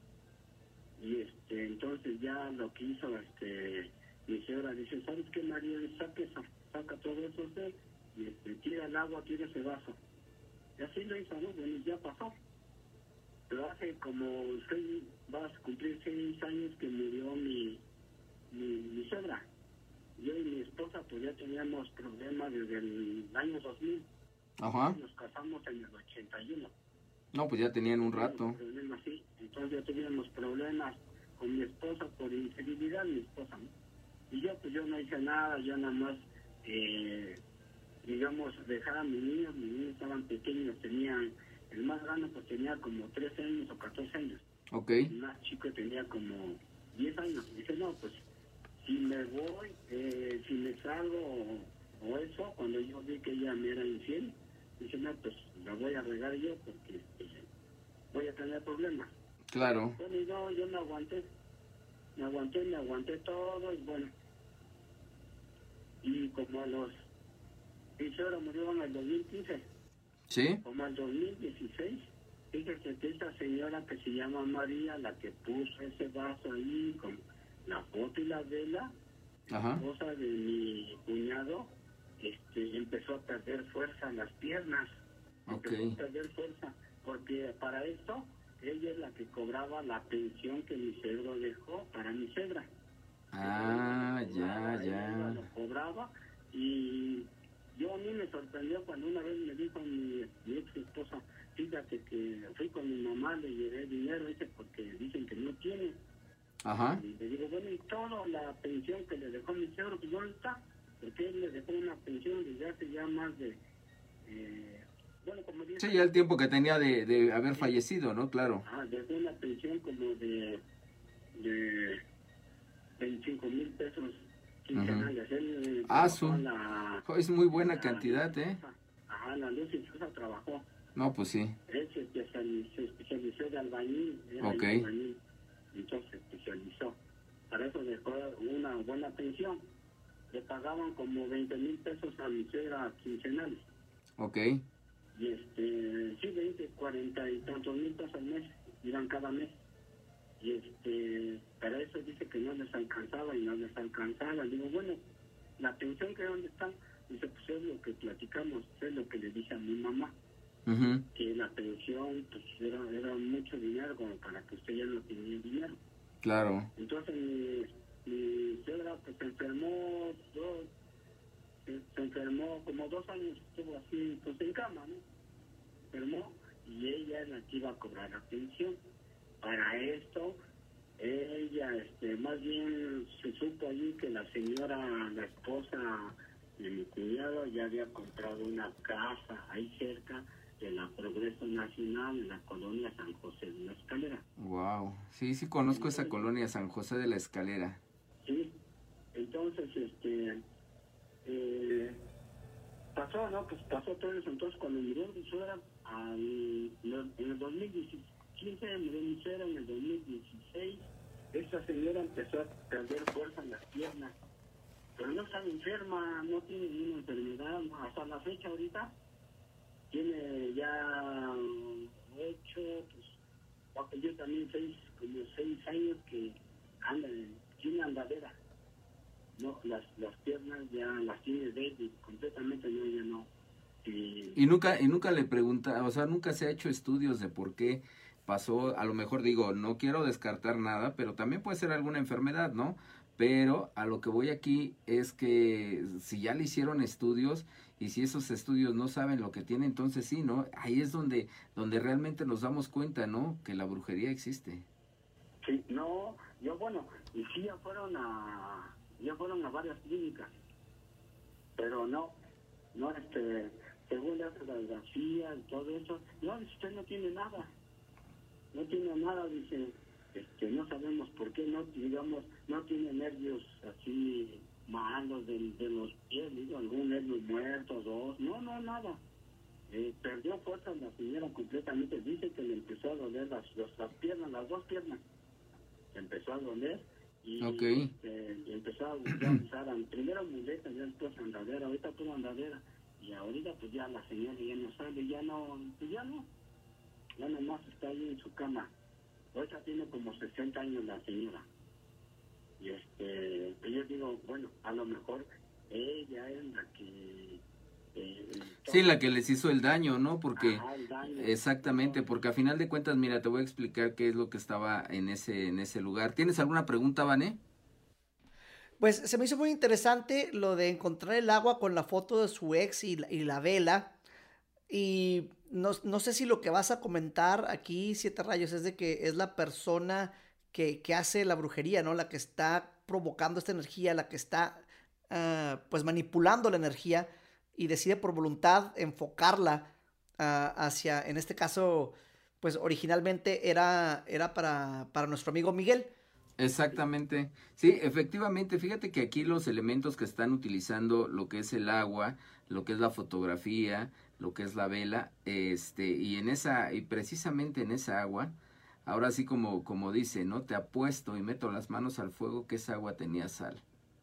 Y este, entonces ya lo que hizo este, mi señora dice, ¿sabes qué María? Saca eso, saca todo eso usted, y este, tira el agua, tira ese vaso. Y así lo hizo, ¿no? Bueno, ya pasó. Pero hace como seis, vas a cumplir seis años que murió mi, mi, mi suegra. Yo y mi esposa pues ya teníamos problemas desde el año dos mil. Ajá. Nos casamos en el ochenta y uno. No, pues ya tenían un rato. Teníamos problemas, sí. Entonces ya teníamos problemas con mi esposa por infidelidad, mi esposa, ¿no? Y yo pues yo no hice nada, yo nada más, eh, digamos, dejar a mis niños. Mis niños estaban pequeños, tenían, el más grande pues tenía como trece años o catorce años. Ok. El más chico tenía como diez años. Y dije, no, pues si me voy, eh, si me salgo o, o eso, cuando yo vi que ella me era infiel, dije, no, pues la voy a regar yo porque eh, voy a tener problemas. Claro. Bueno, y no, yo me aguanté, me aguanté, me aguanté todo y bueno. Y como a los, mi suegra murió en el dos mil quince, ¿Sí? como al dos mil dieciséis, fíjese que esa señora que se llama María, la que puso ese vaso ahí con la foto y la vela, Ajá. esposa de mi cuñado, este, empezó a perder fuerza en las piernas. Ok. Empezó a perder fuerza, porque para esto, ella es la que cobraba la pensión que mi suegro dejó para mi suegra. Ah, ya, Ella lo ya. cobraba, y yo a mí me sorprendió cuando una vez me dijo mi, mi ex esposa, fíjate que fui con mi mamá, le llevé dinero, dice, porque dicen que no tiene. Ajá. Y le digo, bueno, y toda la pensión que le dejó mi suegro, pues ¿dónde está? Porque él le dejó una pensión desde hace ya más de, eh, bueno, como diez Sí, ya el tiempo que tenía de, de haber fallecido, ¿no? Claro. Ah, dejó una pensión como de, de veinticinco mil pesos quincenales. Ujú. Él Ah, trabajó su. en la, Jo, es muy buena la cantidad, luz ¿eh? infusa. Ajá, la luz infusa trabajó. No, pues sí. Él se especializó, se especializó de albañil, era Ok. albañil, entonces se especializó. Para eso dejó una buena pensión. Le pagaban como veinte mil pesos a mi suegra quincenales. Ok. Y este, sí, veinte, cuarenta y tantos mil pesos al mes, iban cada mes. Y este, para eso dice que no les alcanzaba y no les alcanzaba. Digo, bueno, la pensión que dónde está, dice, pues es lo que platicamos, es lo que le dije a mi mamá, Ujú. que la pensión pues era, era mucho dinero como para que usted ya no tenía dinero. Claro. Entonces mi, mi suegra pues se enfermó, dos, se, se enfermó como dos años, estuvo así pues en cama, ¿no? Enfermó y ella es la que iba a cobrar la pensión. Para esto, ella, este, más bien se supo allí que la señora, la esposa de mi cuñado, ya había comprado una casa ahí cerca de la Progreso Nacional en la colonia San José de la Escalera. Wow, sí, sí conozco esa colonia San José de la Escalera. Sí, entonces, este, eh, pasó, ¿no? Pues pasó todo eso. Entonces, cuando murió mi suegra, al, en el dos mil quince murió mi suegra, en el dos mil dieciséis, esta señora empezó a perder fuerza en las piernas, pero no está enferma, no tiene ninguna enfermedad, no, hasta la fecha ahorita, tiene ya ocho, pues, porque yo también seis, como seis años que anda, tiene andadera. No, las, las piernas ya las tiene débil, completamente no, ya no. Y, y nunca, y nunca le pregunta, o sea, nunca se ha hecho estudios de por qué pasó, a lo mejor digo, no quiero descartar nada, pero también puede ser alguna enfermedad, ¿no? Pero a lo que voy aquí es que si ya le hicieron estudios y si esos estudios no saben lo que tiene, entonces sí, ¿no? Ahí es donde, donde realmente nos damos cuenta, ¿no? Que la brujería existe. Sí, no, yo bueno, y sí ya fueron a, ya fueron a varias clínicas, pero no, no, este, según la radiografía y todo eso, no, usted no tiene nada, no tiene nada, dice, este, no sabemos por qué, no, digamos, no tiene nervios así malos de, de los pies, digo, algún nervio muerto, dos, no, no, nada. Eh, perdió fuerza la señora completamente, dice que le empezó a doler las, las, las piernas, las dos piernas, empezó a doler y okay. eh, empezó a usar primero muleta, ya después andadera, ahorita pura andadera, y ahorita pues ya la señora ya no sale, ya no, pues ya no, ya nomás está ahí en su cama. Ahorita tiene como sesenta años la señora. Y este, yo digo, bueno, a lo mejor ella es la que... Eh, sí, la que les hizo el daño, ¿no? Porque... Ajá, el daño. Exactamente, porque a final de cuentas, mira, te voy a explicar qué es lo que estaba en ese, en ese lugar. ¿Tienes alguna pregunta, Vané? Pues se me hizo muy interesante lo de encontrar el agua con la foto de su ex y la, y la vela. Y no, no sé si lo que vas a comentar aquí, Siete Rayos, es de que es la persona que, que hace la brujería, ¿no? La que está provocando esta energía, la que está uh, pues manipulando la energía y decide por voluntad enfocarla uh, hacia, en este caso, pues originalmente era, era para, para nuestro amigo Miguel. Exactamente, sí, efectivamente, fíjate que aquí los elementos que están utilizando, lo que es el agua, lo que es la fotografía, lo que es la vela, este, y en esa, y precisamente en esa agua, ahora sí como, como dice, ¿no? Te apuesto y meto las manos al fuego que esa agua tenía sal.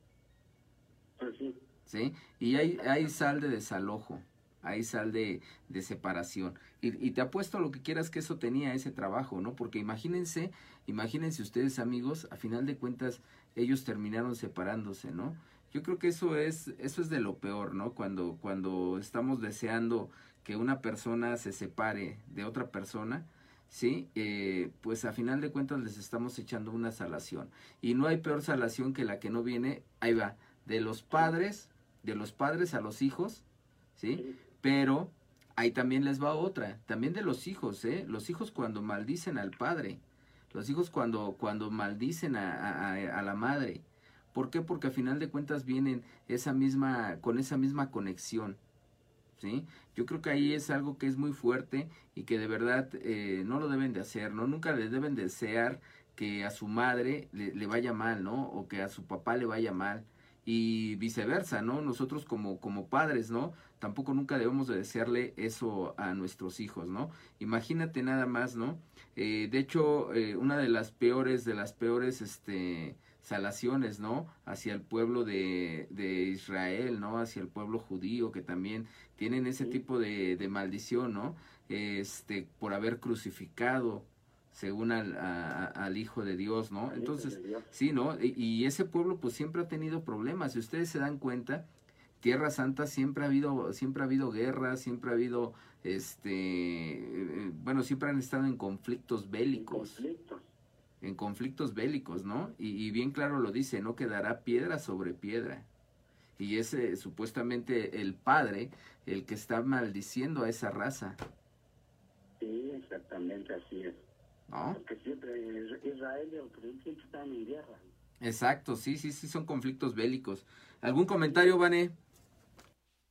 Pues sí. ¿Sí? Y hay, hay sal de desalojo, hay sal de, de separación. Y, y te apuesto lo que quieras que eso tenía ese trabajo, ¿no? Porque imagínense, imagínense ustedes, amigos, a final de cuentas, ellos terminaron separándose, ¿no? Yo creo que eso es, eso es de lo peor, ¿no? Cuando, cuando estamos deseando que una persona se separe de otra persona, ¿sí? Eh, pues a final de cuentas les estamos echando una salación. Y no hay peor salación que la que no viene, ahí va, de los padres, de los padres a los hijos, ¿sí? Pero ahí también les va otra, también de los hijos, ¿eh? Los hijos cuando maldicen al padre, los hijos cuando, cuando maldicen a, a, a la madre. ¿Por qué? Porque a final de cuentas vienen esa misma, con esa misma conexión, ¿sí? Yo creo que ahí es algo que es muy fuerte y que de verdad eh, no lo deben de hacer, ¿no? Nunca les deben desear que a su madre le, le vaya mal, ¿no? O que a su papá le vaya mal. Y viceversa, ¿no? Nosotros como, como padres, ¿no? Tampoco nunca debemos de desearle eso a nuestros hijos, ¿no? Imagínate nada más, ¿no? Eh, de hecho, eh, una de las peores, de las peores, este... salaciones, ¿no? Hacia el pueblo de, de Israel, ¿no? Hacia el pueblo judío, que también tienen ese tipo de, de maldición, ¿no? Este, por haber crucificado según al, a, al Hijo de Dios, ¿no? Entonces, sí, ¿no? Y, y ese pueblo pues siempre ha tenido problemas. Si ustedes se dan cuenta, Tierra Santa siempre ha habido, siempre ha habido guerras, siempre ha habido, este, eh, bueno, siempre han estado en conflictos bélicos. En conflictos. En conflictos bélicos, ¿no? Y, y bien claro lo dice, no quedará piedra sobre piedra. Y es eh, supuestamente el padre el que está maldiciendo a esa raza. Sí, exactamente así es. ¿No? Porque siempre Israel y el siempre están en guerra. Exacto, sí, sí, sí, son conflictos bélicos. ¿Algún comentario, Vané?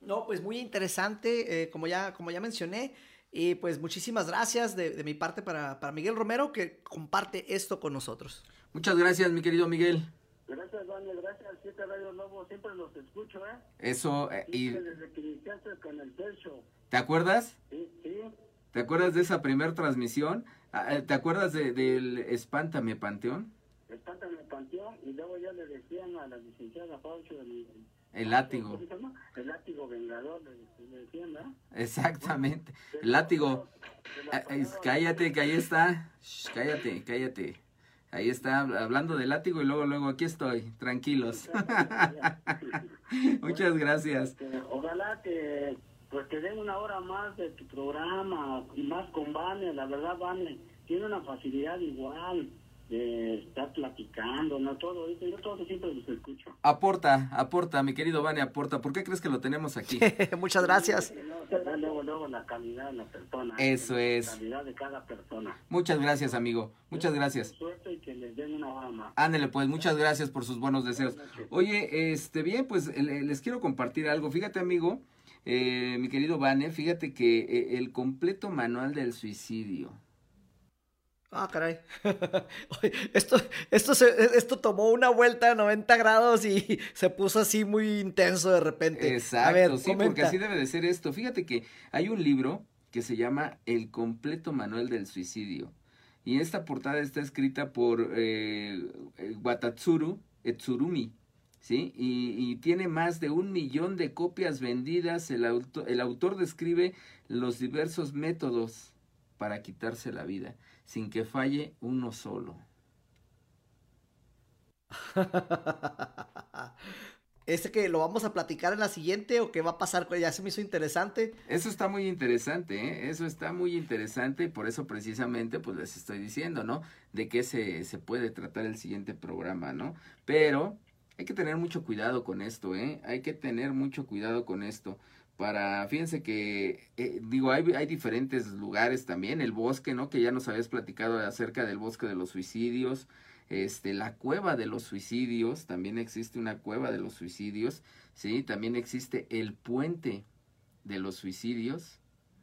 No, pues muy interesante, eh, como, ya, como ya mencioné. Y pues muchísimas gracias de, de mi parte para, para Miguel Romero, que comparte esto con nosotros. Muchas gracias, mi querido Miguel. Gracias, Daniel, gracias. Siete Radio Lobo, siempre los escucho, ¿eh? Eso, eh, y... Desde que iniciaste con el Show. ¿Te acuerdas? Sí, sí. ¿Te acuerdas de esa primer transmisión? ¿Te acuerdas de, del Espántame Panteón? Espántame Panteón, y luego ya le decían a la licenciada Faucho el, el látigo. El látigo vengador, le, le decían, ¿no? Exactamente. El látigo. Ah, cállate, que ahí está. Shh, cállate, cállate. Ahí está, hablando de látigo y luego, luego, aquí estoy, tranquilos. Muchas gracias. Ojalá que pues te den una hora más de tu programa y más con Vane. La verdad, Vane tiene una facilidad igual de estar platicando, ¿no? Todo eso, yo todo siempre los escucho. Aporta, aporta, mi querido Vane, aporta. ¿Por qué crees que lo tenemos aquí? Muchas gracias. Luego, luego la calidad de la persona. Eso es. La calidad de cada persona. Muchas gracias, amigo. Muchas gracias. Suerte y que les den una hora más. Ándele, pues, muchas gracias por sus buenos deseos. Oye, este, bien, pues, les quiero compartir algo. Fíjate, amigo, eh, mi querido Vane, fíjate que eh, el completo manual del suicidio. Ah, caray. esto, esto, se, esto tomó una vuelta de noventa grados y se puso así muy intenso de repente. Exacto, a ver, sí, comenta. porque así debe de ser esto. Fíjate que hay un libro que se llama El completo manual del suicidio. Y esta portada está escrita por eh, Watatsuru Etsurumi, ¿sí? Y, y tiene más de un millón de copias vendidas. El, auto, el autor describe los diversos métodos para quitarse la vida, sin que falle uno solo. ¿Este que lo vamos a platicar en la siguiente o qué va a pasar? Ya se me hizo interesante. Eso está muy interesante, ¿eh? Eso está muy interesante y por eso precisamente pues les estoy diciendo, ¿no? De qué se, se puede tratar el siguiente programa, ¿no? Pero hay que tener mucho cuidado con esto, ¿eh? Hay que tener mucho cuidado con esto. Para, fíjense que, eh, digo, hay, hay diferentes lugares también, el bosque, ¿no? Que ya nos habías platicado acerca del bosque de los suicidios, este, la cueva de los suicidios, también existe una cueva de los suicidios, ¿sí? También existe el puente de los suicidios,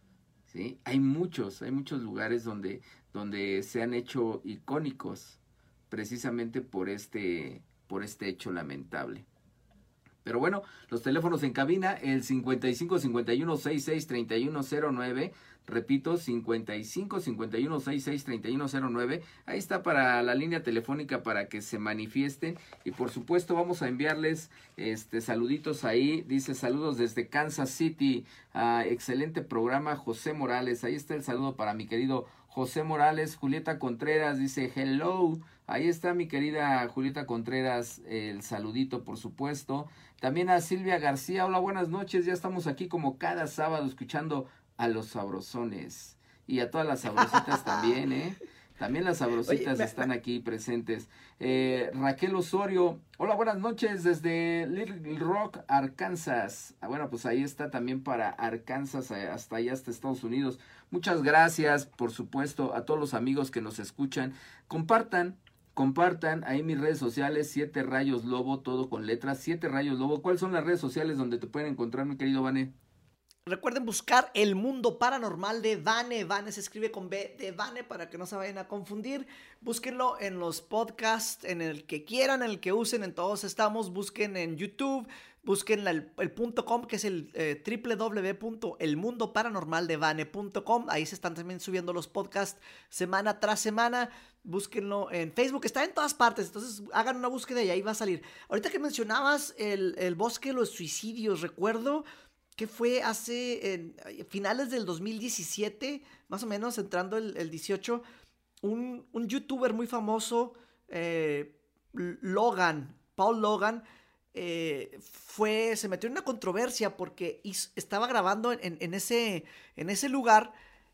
¿sí? Hay muchos, hay muchos lugares donde, donde se han hecho icónicos precisamente por este, por este hecho lamentable. Pero bueno, los teléfonos en cabina, el cincuenta y cinco cincuenta y uno sesenta y seis treinta y uno cero nueve, repito, cincuenta y cinco cincuenta y uno sesenta y seis treinta y uno cero nueve, ahí está para la línea telefónica para que se manifiesten y por supuesto vamos a enviarles este saluditos ahí, dice saludos desde Kansas City, uh, excelente programa José Morales, ahí está el saludo para mi querido José Morales. Julieta Contreras dice hello, ahí está mi querida Julieta Contreras, el saludito por supuesto. También a Silvia García, hola, buenas noches, ya estamos aquí como cada sábado escuchando a los sabrosones y a todas las sabrositas también, ¿eh? También las sabrositas Oye, me, están aquí presentes. Eh, Raquel Osorio, hola, buenas noches desde Little Rock, Arkansas. Ah, bueno, pues ahí está también para Arkansas, hasta allá, hasta Estados Unidos. Muchas gracias, por supuesto, a todos los amigos que nos escuchan. Compartan. Compartan ahí mis redes sociales, Siete Rayos Lobo, todo con letras, Siete Rayos Lobo. ¿Cuáles son las redes sociales donde te pueden encontrar, mi querido Vane? Recuerden buscar El Mundo Paranormal de Vane. Vane se escribe con B de Vane para que no se vayan a confundir. Búsquenlo en los podcasts, en el que quieran, en el que usen, en todos estamos. Busquen en YouTube, busquen la, el, el punto com, que es el eh, doble u doble u doble u punto el mundo paranormal de vane punto com. Ahí se están también subiendo los podcasts semana tras semana. Búsquenlo en Facebook, está en todas partes, entonces hagan una búsqueda y ahí va a salir. Ahorita que mencionabas el, el bosque de los suicidios, recuerdo que fue hace en finales del dos mil diecisiete, más o menos entrando el, el dieciocho, un, un youtuber muy famoso, eh, Logan, Paul Logan, eh, fue, se metió en una controversia porque hizo, estaba grabando en, en, ese, en ese lugar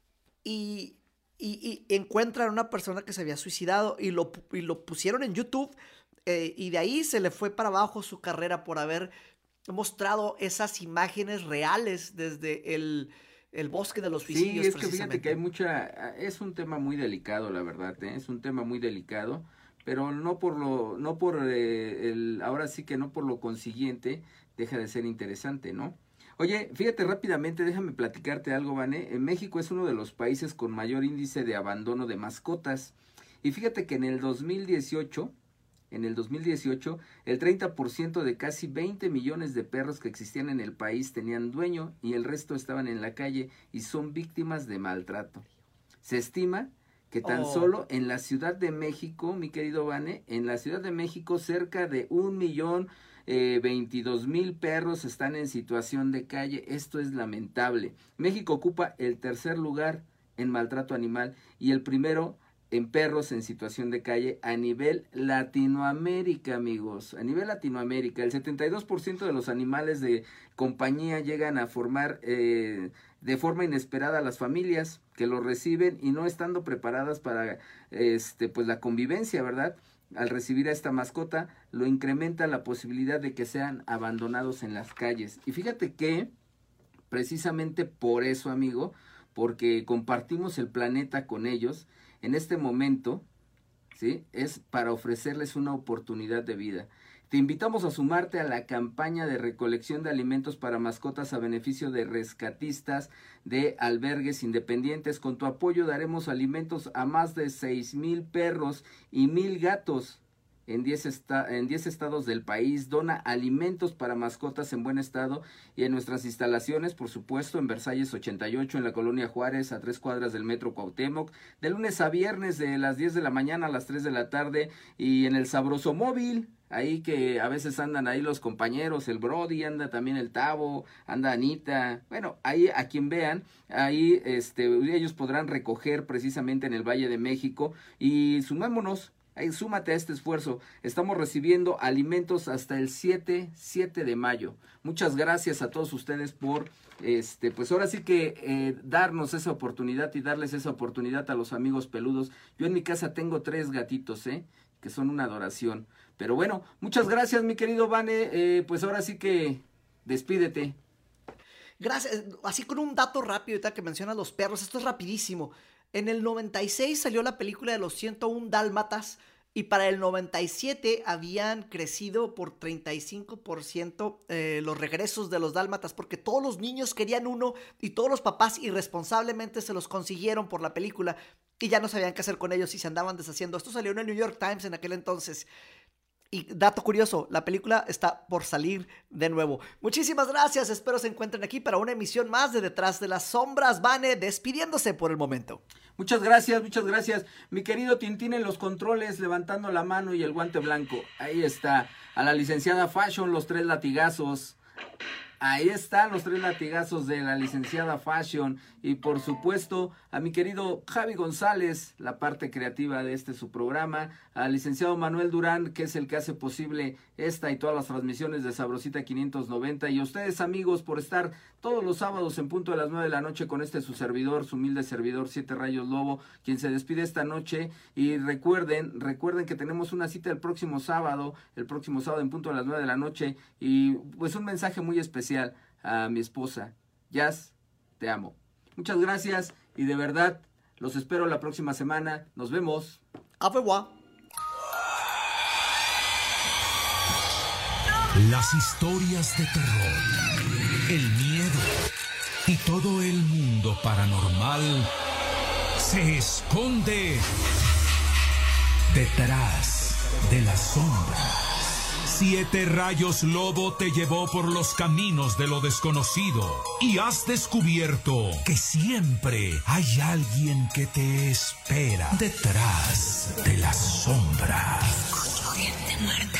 y... Y, y encuentran a una persona que se había suicidado y lo, y lo pusieron en YouTube eh, y de ahí se le fue para abajo su carrera por haber mostrado esas imágenes reales desde el, el bosque de los suicidios. Sí, es que fíjate que hay mucha, es un tema muy delicado, la verdad, ¿eh? Es un tema muy delicado, pero no por lo, no por eh, el, ahora sí que no por lo consiguiente deja de ser interesante, ¿no? Oye, fíjate rápidamente, déjame platicarte algo, Vane. En México es uno de los países con mayor índice de abandono de mascotas. Y fíjate que en el dos mil dieciocho, en el dos mil dieciocho, el treinta por ciento de casi veinte millones de perros que existían en el país tenían dueño y el resto estaban en la calle y son víctimas de maltrato. Se estima que tan Oh. solo en la Ciudad de México, mi querido Vane, en la Ciudad de México cerca de un millón eh, veintidós mil perros están en situación de calle. Esto es lamentable. México ocupa el tercer lugar en maltrato animal y el primero en perros en situación de calle a nivel Latinoamérica, amigos. A nivel Latinoamérica, el setenta y dos por ciento de los animales de compañía llegan a formar eh, de forma inesperada a las familias que los reciben y no estando preparadas para este pues la convivencia, ¿verdad? Al recibir a esta mascota, lo incrementa la posibilidad de que sean abandonados en las calles. Y fíjate que, precisamente por eso, amigo, porque compartimos el planeta con ellos, en este momento, ¿sí?, es para ofrecerles una oportunidad de vida. Te invitamos a sumarte a la campaña de recolección de alimentos para mascotas a beneficio de rescatistas de albergues independientes. Con tu apoyo daremos alimentos a más de seis mil perros y mil gatos en diez, esta en diez estados del país. Dona alimentos para mascotas en buen estado y en nuestras instalaciones, por supuesto, en Versalles ochenta y ocho, en la Colonia Juárez, a tres cuadras del Metro Cuauhtémoc, de lunes a viernes de las diez de la mañana a las tres de la tarde, y en el Sabroso Móvil, ahí que a veces andan ahí los compañeros, el Brody, anda también el Tavo, anda Anita, bueno, ahí a quien vean, ahí este ellos podrán recoger precisamente en el Valle de México, y sumémonos, ahí súmate a este esfuerzo. Estamos recibiendo alimentos hasta el siete de mayo. Muchas gracias a todos ustedes por este pues ahora sí que eh, darnos esa oportunidad y darles esa oportunidad a los amigos peludos. Yo en mi casa tengo tres gatitos, eh, que son una adoración. Pero bueno, muchas gracias, mi querido Vane. Eh, pues ahora sí que despídete. Gracias. Así con un dato rápido, ahorita que mencionas los perros, esto es rapidísimo. En el noventa y seis salió la película de los ciento uno Dálmatas y para el noventa y siete habían crecido por treinta y cinco por ciento eh, los regresos de los dálmatas porque todos los niños querían uno y todos los papás irresponsablemente se los consiguieron por la película y ya no sabían qué hacer con ellos y se andaban deshaciendo. Esto salió en el New York Times en aquel entonces. Y dato curioso, la película está por salir de nuevo. Muchísimas gracias, espero se encuentren aquí para una emisión más de Detrás de las Sombras. Vane, despidiéndose por el momento. Muchas gracias, muchas gracias. Mi querido Tintín en los controles, levantando la mano y el guante blanco. Ahí está, a la licenciada Fashion, los tres latigazos. Ahí están los tres latigazos de la licenciada Fashion. Y por supuesto a mi querido Javi González, la parte creativa de este su programa. Al licenciado Manuel Durán, que es el que hace posible esta y todas las transmisiones de Sabrosita quinientos noventa. Y a ustedes, amigos, por estar todos los sábados en punto de las nueve de la noche con este su servidor, su humilde servidor Siete Rayos Lobo, quien se despide esta noche. Y recuerden, recuerden que tenemos una cita el próximo sábado, el próximo sábado en punto de las nueve de la noche. Y pues un mensaje muy especial a mi esposa. Jazz, te amo. Muchas gracias y de verdad los espero la próxima semana. Nos vemos. Au revoir. Las historias de terror, el miedo y todo el mundo paranormal se esconde detrás de las sombras. Siete Rayos Lobo te llevó por los caminos de lo desconocido y has descubierto que siempre hay alguien que te espera detrás de las sombras. Escucho gente muerta.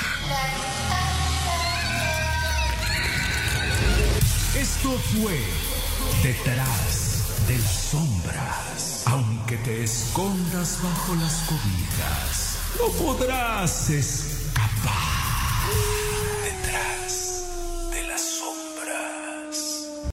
Esto fue Detrás de las Sombras. Aunque te escondas bajo las cobijas, no podrás escapar.